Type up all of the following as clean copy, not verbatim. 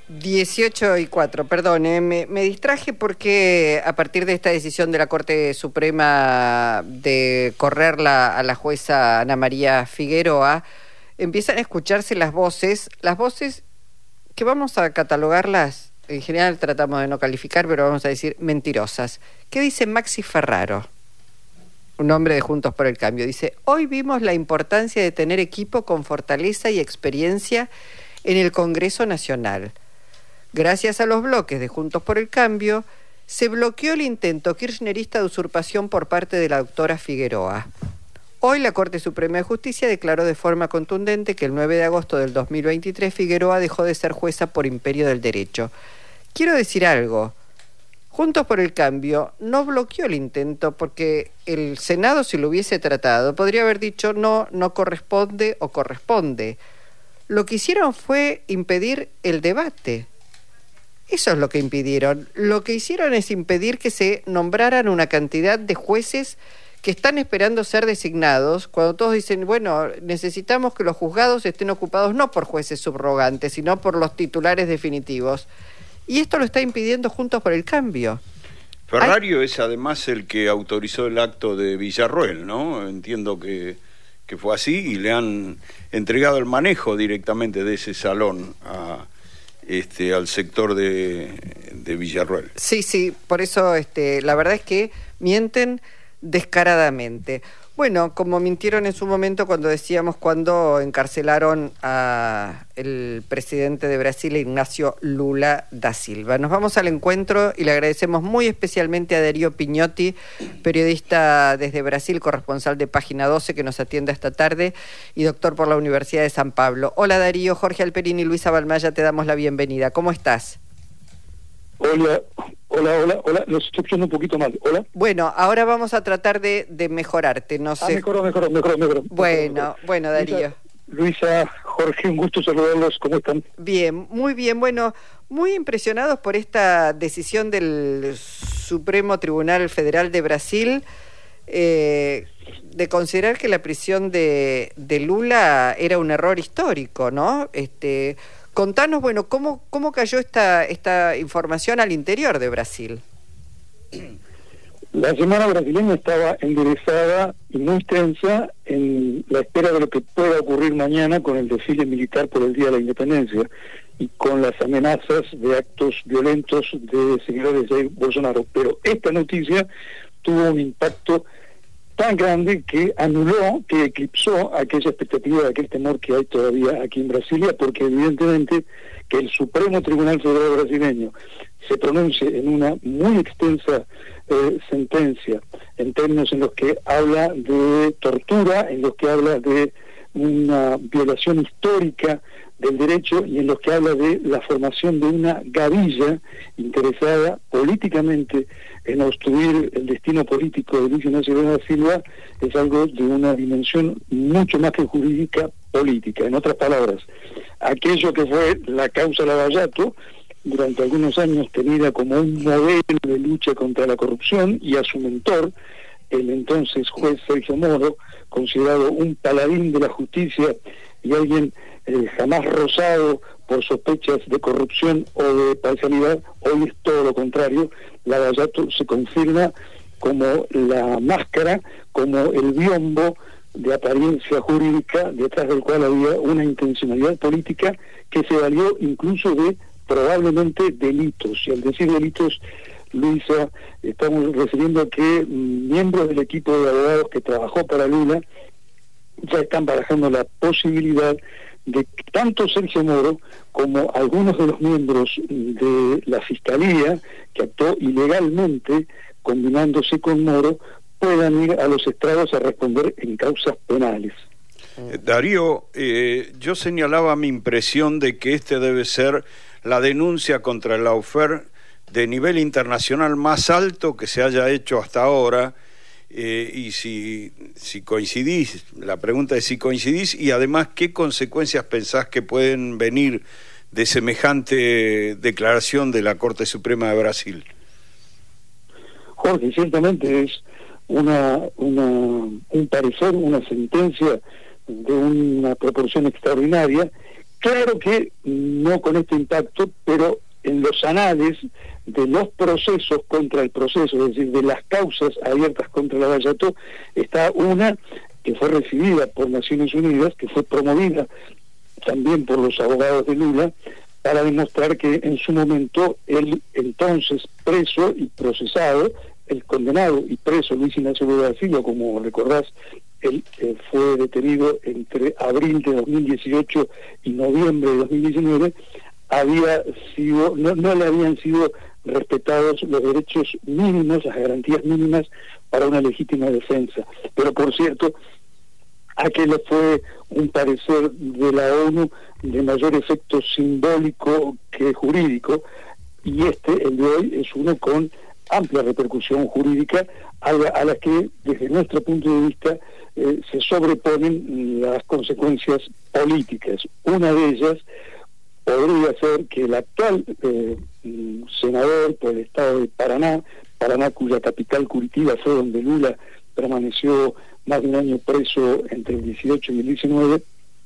18:04, perdón, me distraje porque a partir de esta decisión de la Corte Suprema de correrla a la jueza Ana María Figueroa, empiezan a escucharse las voces que vamos a catalogarlas, en general tratamos de no calificar, pero vamos a decir mentirosas. ¿Qué dice Maxi Ferraro? Un hombre de Juntos por el Cambio. Dice: hoy vimos la importancia de tener equipo con fortaleza y experiencia en el Congreso Nacional. Gracias a los bloques de Juntos por el Cambio, se bloqueó el intento kirchnerista de usurpación por parte de la doctora Figueroa. Hoy la Corte Suprema de Justicia declaró de forma contundente que el 9 de agosto del 2023 Figueroa dejó de ser jueza por imperio del derecho. Quiero decir algo. Juntos por el Cambio no bloqueó el intento porque el Senado, si lo hubiese tratado, podría haber dicho no corresponde o corresponde. Lo que hicieron fue impedir el debate. Eso es lo que impidieron. Lo que hicieron es impedir que se nombraran una cantidad de jueces que están esperando ser designados, cuando todos dicen, bueno, necesitamos que los juzgados estén ocupados no por jueces subrogantes, sino por los titulares definitivos. Y esto lo está impidiendo Juntos por el Cambio. Ferrario es además el que autorizó el acto de Villarroel, ¿no? Entiendo que fue así y le han entregado el manejo directamente de ese salón al sector de Villarroel. Sí, por eso la verdad es que mienten descaradamente. Bueno, como mintieron en su momento cuando encarcelaron a el presidente de Brasil, Ignacio Lula da Silva. Nos vamos al encuentro y le agradecemos muy especialmente a Darío Pignotti, periodista desde Brasil, corresponsal de Página 12, que nos atiende esta tarde, y doctor por la Universidad de San Pablo. Hola Darío, Jorge Alperín y Luisa Balmaya, te damos la bienvenida. ¿Cómo estás? Hola, los estoy escuchando un poquito mal. Hola. Bueno, ahora vamos a tratar de mejorarte, no sé. Mejoró. Bueno, Darío. Luisa, Jorge, un gusto saludarlos, ¿cómo están? Bien, muy bien, bueno, muy impresionados por esta decisión del Supremo Tribunal Federal de Brasil, de considerar que la prisión de Lula era un error histórico, ¿no? Contanos, bueno, ¿cómo cayó esta información al interior de Brasil? La semana brasileña estaba enderezada y muy tensa en la espera de lo que pueda ocurrir mañana con el desfile militar por el Día de la Independencia y con las amenazas de actos violentos de seguidores de Bolsonaro. Pero esta noticia tuvo un impacto tan grande que eclipsó aquella expectativa, aquel temor que hay todavía aquí en Brasilia, porque evidentemente que el Supremo Tribunal Federal brasileño se pronuncie en una muy extensa sentencia, en términos en los que habla de tortura, en los que habla de una violación histórica del derecho y en los que habla de la formación de una gavilla interesada políticamente en obstruir el destino político de Luis Ignacio Lula da Silva, es algo de una dimensión mucho más que jurídica, política. En otras palabras, aquello que fue la causa Lavallato, durante algunos años tenida como un modelo de lucha contra la corrupción, y a su mentor, el entonces juez Sergio Moro, considerado un paladín de la justicia y alguien jamás rozado por sospechas de corrupción o de parcialidad, hoy es todo lo contrario. Lavallato se confirma como la máscara, como el biombo de apariencia jurídica detrás del cual había una intencionalidad política que se valió incluso de probablemente delitos. Y al decir delitos, Luisa, estamos refiriendo a que miembros del equipo de abogados que trabajó para Lula ya están barajando la posibilidad de que tanto Sergio Moro como algunos de los miembros de la Fiscalía, que actuó ilegalmente combinándose con Moro, puedan ir a los estrados a responder en causas penales. Darío, yo señalaba mi impresión de que debe ser la denuncia contra el lawfare de nivel internacional más alto que se haya hecho hasta ahora, y si coincidís, la pregunta es si coincidís, y además qué consecuencias pensás que pueden venir de semejante declaración de la Corte Suprema de Brasil. Jorge, ciertamente es un parecer, una sentencia de una proporción extraordinaria Claro que no con este impacto, pero en los anales de los procesos contra el proceso, es decir, de las causas abiertas contra Lavallato, está una que fue recibida por Naciones Unidas, que fue promovida también por los abogados de Lula, para demostrar que en su momento el entonces preso y procesado, el condenado y preso Luis Ignacio Lula da Silva, como recordás, él fue detenido entre abril de 2018 y noviembre de 2019, había sido, no le habían sido respetados los derechos mínimos, las garantías mínimas para una legítima defensa. Pero por cierto, aquel fue un parecer de la ONU de mayor efecto simbólico que jurídico, y el de hoy, es uno con amplia repercusión jurídica a la que desde nuestro punto de vista se sobreponen las consecuencias políticas. Una de ellas podría ser que el actual senador por el estado de Paraná, cuya capital Curitiba fue donde Lula permaneció más de un año preso entre el 18 y el 19,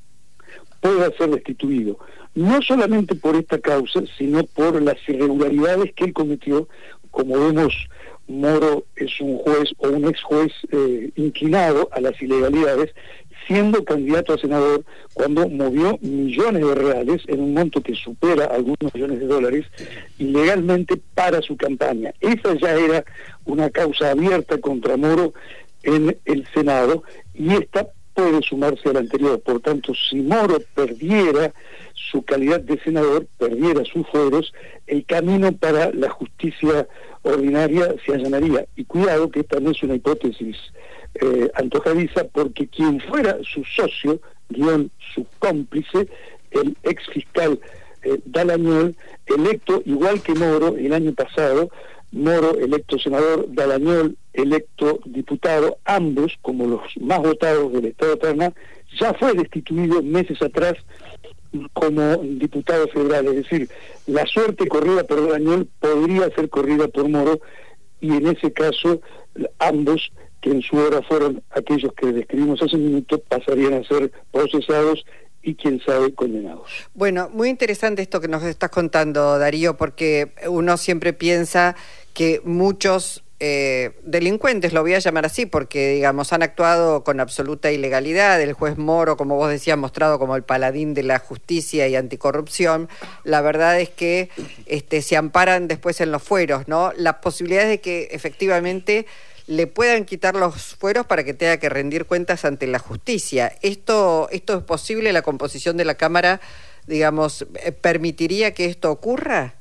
pueda ser destituido, no solamente por esta causa, sino por las irregularidades que él cometió. Como vemos, Moro es un juez o un ex juez inclinado a las ilegalidades, siendo candidato a senador cuando movió millones de reales en un monto que supera algunos millones de dólares ilegalmente para su campaña. Esa ya era una causa abierta contra Moro en el Senado, y esta puede sumarse a la anterior. Por tanto, si Moro perdiera su calidad de senador, perdiera sus fueros, el camino para la justicia ordinaria se allanaría. Y cuidado, que esta no es una hipótesis antojadiza, porque quien fuera su socio, su cómplice, el ex fiscal Dallagnol, electo igual que Moro el año pasado, Moro electo senador, Dallagnol electo diputado, ambos como los más votados del estado de Paraná, ya fue destituido meses atrás como diputado federal. Es decir, la suerte corrida por Dallagnol podría ser corrida por Moro, y en ese caso ambos, que en su hora fueron aquellos que describimos hace un minuto, pasarían a ser procesados y quién sabe condenados. Bueno, muy interesante esto que nos estás contando, Darío, porque uno siempre piensa que muchos delincuentes, lo voy a llamar así, porque digamos han actuado con absoluta ilegalidad. El juez Moro, como vos decías, mostrado como el paladín de la justicia y anticorrupción. La verdad es que se amparan después en los fueros, ¿no? Las posibilidades de que efectivamente le puedan quitar los fueros para que tenga que rendir cuentas ante la justicia. ¿Esto es posible? ¿La composición de la Cámara, digamos, permitiría que esto ocurra?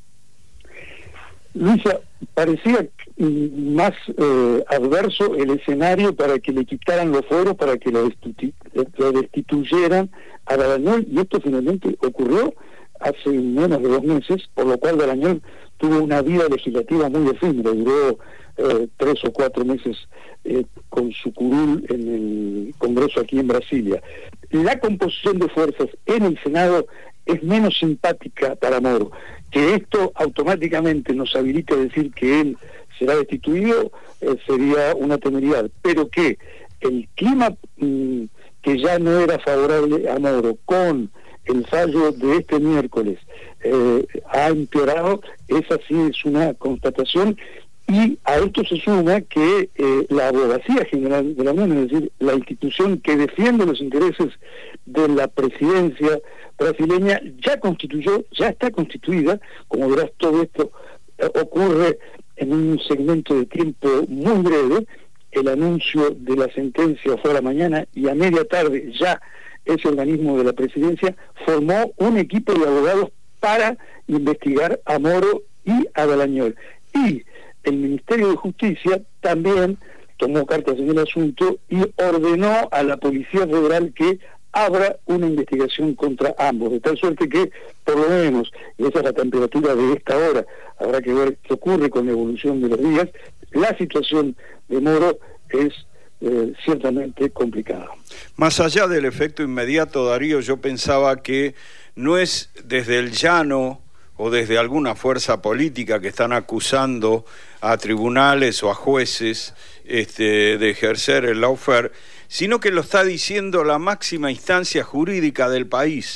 Luisa, parecía más adverso el escenario para que le quitaran los fueros, para que lo destituyeran a Dallagnol, y esto finalmente ocurrió hace menos de 2 meses, por lo cual Dallagnol tuvo una vida legislativa muy efímera, duró 3 o 4 meses con su curul en el Congreso aquí en Brasilia. La composición de fuerzas en el Senado es menos simpática para Moro. Que esto automáticamente nos habilite a decir que él será destituido sería una temeridad, pero que el clima que ya no era favorable a Moro con el fallo de este miércoles ha empeorado, esa sí es una constatación. Y a esto se suma que la Abogacía General de la Unión, es decir, la institución que defiende los intereses de la presidencia brasileña, ya está constituida. Como verás, todo esto ocurre en un segmento de tiempo muy breve. El anuncio de la sentencia fue a la mañana, y a media tarde ya ese organismo de la presidencia formó un equipo de abogados para investigar a Moro y a Dallagnol. Y el Ministerio de Justicia también tomó cartas en el asunto y ordenó a la Policía Federal que abra una investigación contra ambos, de tal suerte que, por lo menos, y esa es la temperatura de esta hora, habrá que ver qué ocurre con la evolución de los días, la situación de Moro es ciertamente complicada. Más allá del efecto inmediato, Darío, yo pensaba que no es desde el llano o desde alguna fuerza política que están acusando a tribunales o a jueces de ejercer el lawfare, sino que lo está diciendo la máxima instancia jurídica del país.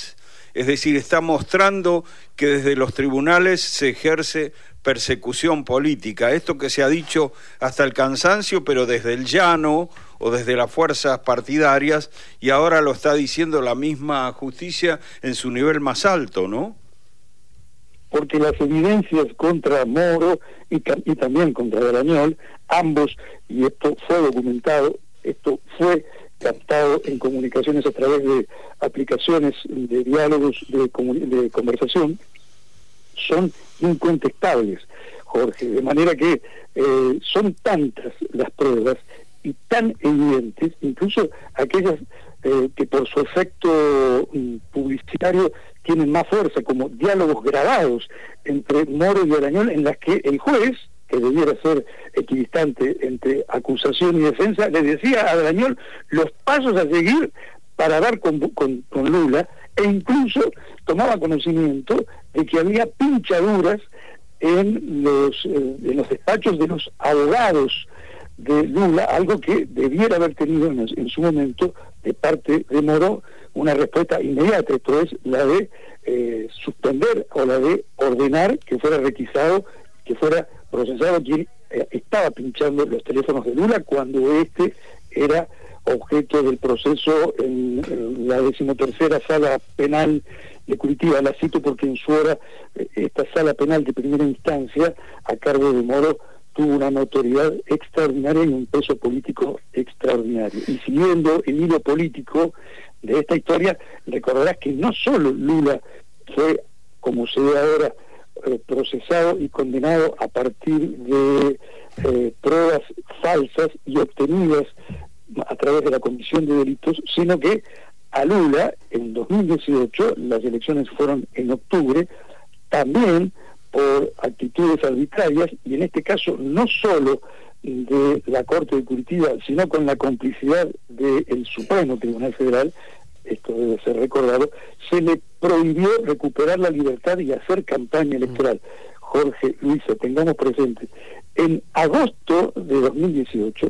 Es decir, está mostrando que desde los tribunales se ejerce persecución política. Esto que se ha dicho hasta el cansancio, pero desde el llano o desde las fuerzas partidarias, y ahora lo está diciendo la misma justicia en su nivel más alto, ¿no? Porque las evidencias contra Moro y también contra Darañol, ambos, y esto fue documentado, esto fue captado en comunicaciones a través de aplicaciones de diálogos de conversación, son incontestables, Jorge, de manera que son tantas las pruebas y tan evidentes, incluso aquellas que por su efecto publicitario tienen más fuerza, como diálogos grabados entre Moro y Darañol, en las que el juez, que debiera ser equidistante entre acusación y defensa, le decía a Darañol los pasos a seguir para dar con Lula, e incluso tomaba conocimiento de que había pinchaduras en los despachos de los abogados de Lula, algo que debiera haber tenido en su momento de parte de Moro una respuesta inmediata, esto es la de suspender o la de ordenar que fuera requisado, que fuera procesado quien estaba pinchando los teléfonos de Lula cuando este era objeto del proceso en la 13ª Sala Penal de Curitiba. La cito porque en su hora esta Sala Penal de primera instancia a cargo de Moro tuvo una notoriedad extraordinaria y un peso político extraordinario. Y siguiendo el hilo político de esta historia, recordarás que no solo Lula fue, como se ve ahora, procesado y condenado a partir de pruebas falsas y obtenidas a través de la comisión de delitos, sino que a Lula en 2018, las elecciones fueron en octubre, también por actitudes arbitrarias, y en este caso no solo de la Corte de Curitiba, sino con la complicidad del Supremo Tribunal Federal, esto debe ser recordado, se le prohibió recuperar la libertad y hacer campaña electoral. Jorge, Luisa, tengamos presente, en agosto de 2018,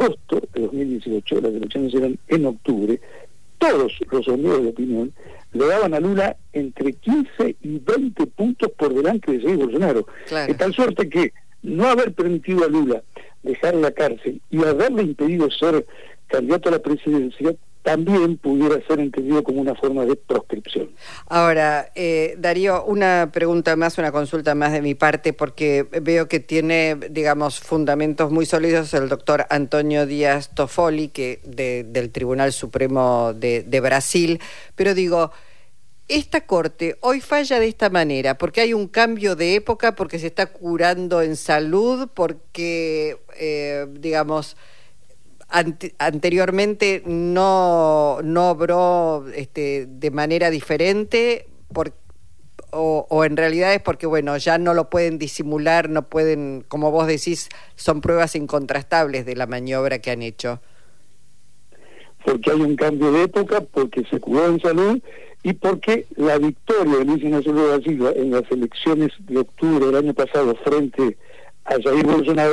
las elecciones eran en octubre, todos los sondeos de opinión le daban a Lula entre 15 y 20 puntos por delante de Jair Bolsonaro. Claro. De tal suerte que no haber permitido a Lula dejar la cárcel y haberle impedido ser candidato a la presidencia también pudiera ser entendido como una forma de proscripción. Ahora, Darío, una pregunta más, una consulta más de mi parte, porque veo que tiene, digamos, fundamentos muy sólidos el doctor Antonio Díaz Toffoli, que del Tribunal Supremo de Brasil, pero digo, esta corte hoy falla de esta manera, porque hay un cambio de época, porque se está curando en salud, porque, digamos, anteriormente no obró de manera diferente, o en realidad es porque, bueno, ya no lo pueden disimular, no pueden, como vos decís, son pruebas incontrastables de la maniobra que han hecho. Porque hay un cambio de época, porque se curó en salud y porque la victoria de Luis Ignacio Lula da Silva en las elecciones de octubre del año pasado frente a Jair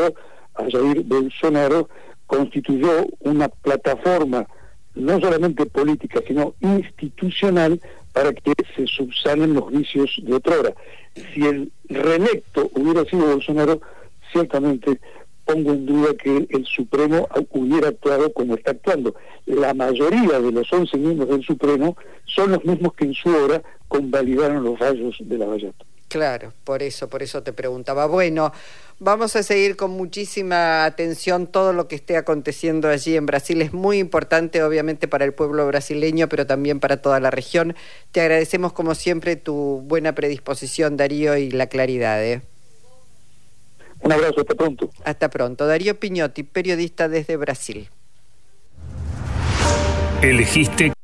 Bolsonaro constituyó una plataforma no solamente política, sino institucional para que se subsanen los vicios de otrora. Si el reelecto hubiera sido Bolsonaro, ciertamente pongo en duda que el Supremo hubiera actuado como está actuando. La mayoría de los 11 miembros del Supremo son los mismos que en su hora convalidaron los fallos de Lavallato. Claro, por eso te preguntaba. Bueno, vamos a seguir con muchísima atención todo lo que esté aconteciendo allí en Brasil. Es muy importante, obviamente, para el pueblo brasileño, pero también para toda la región. Te agradecemos, como siempre, tu buena predisposición, Darío, y la claridad. Un abrazo, hasta pronto. Hasta pronto. Darío Pignotti, periodista desde Brasil. Elegiste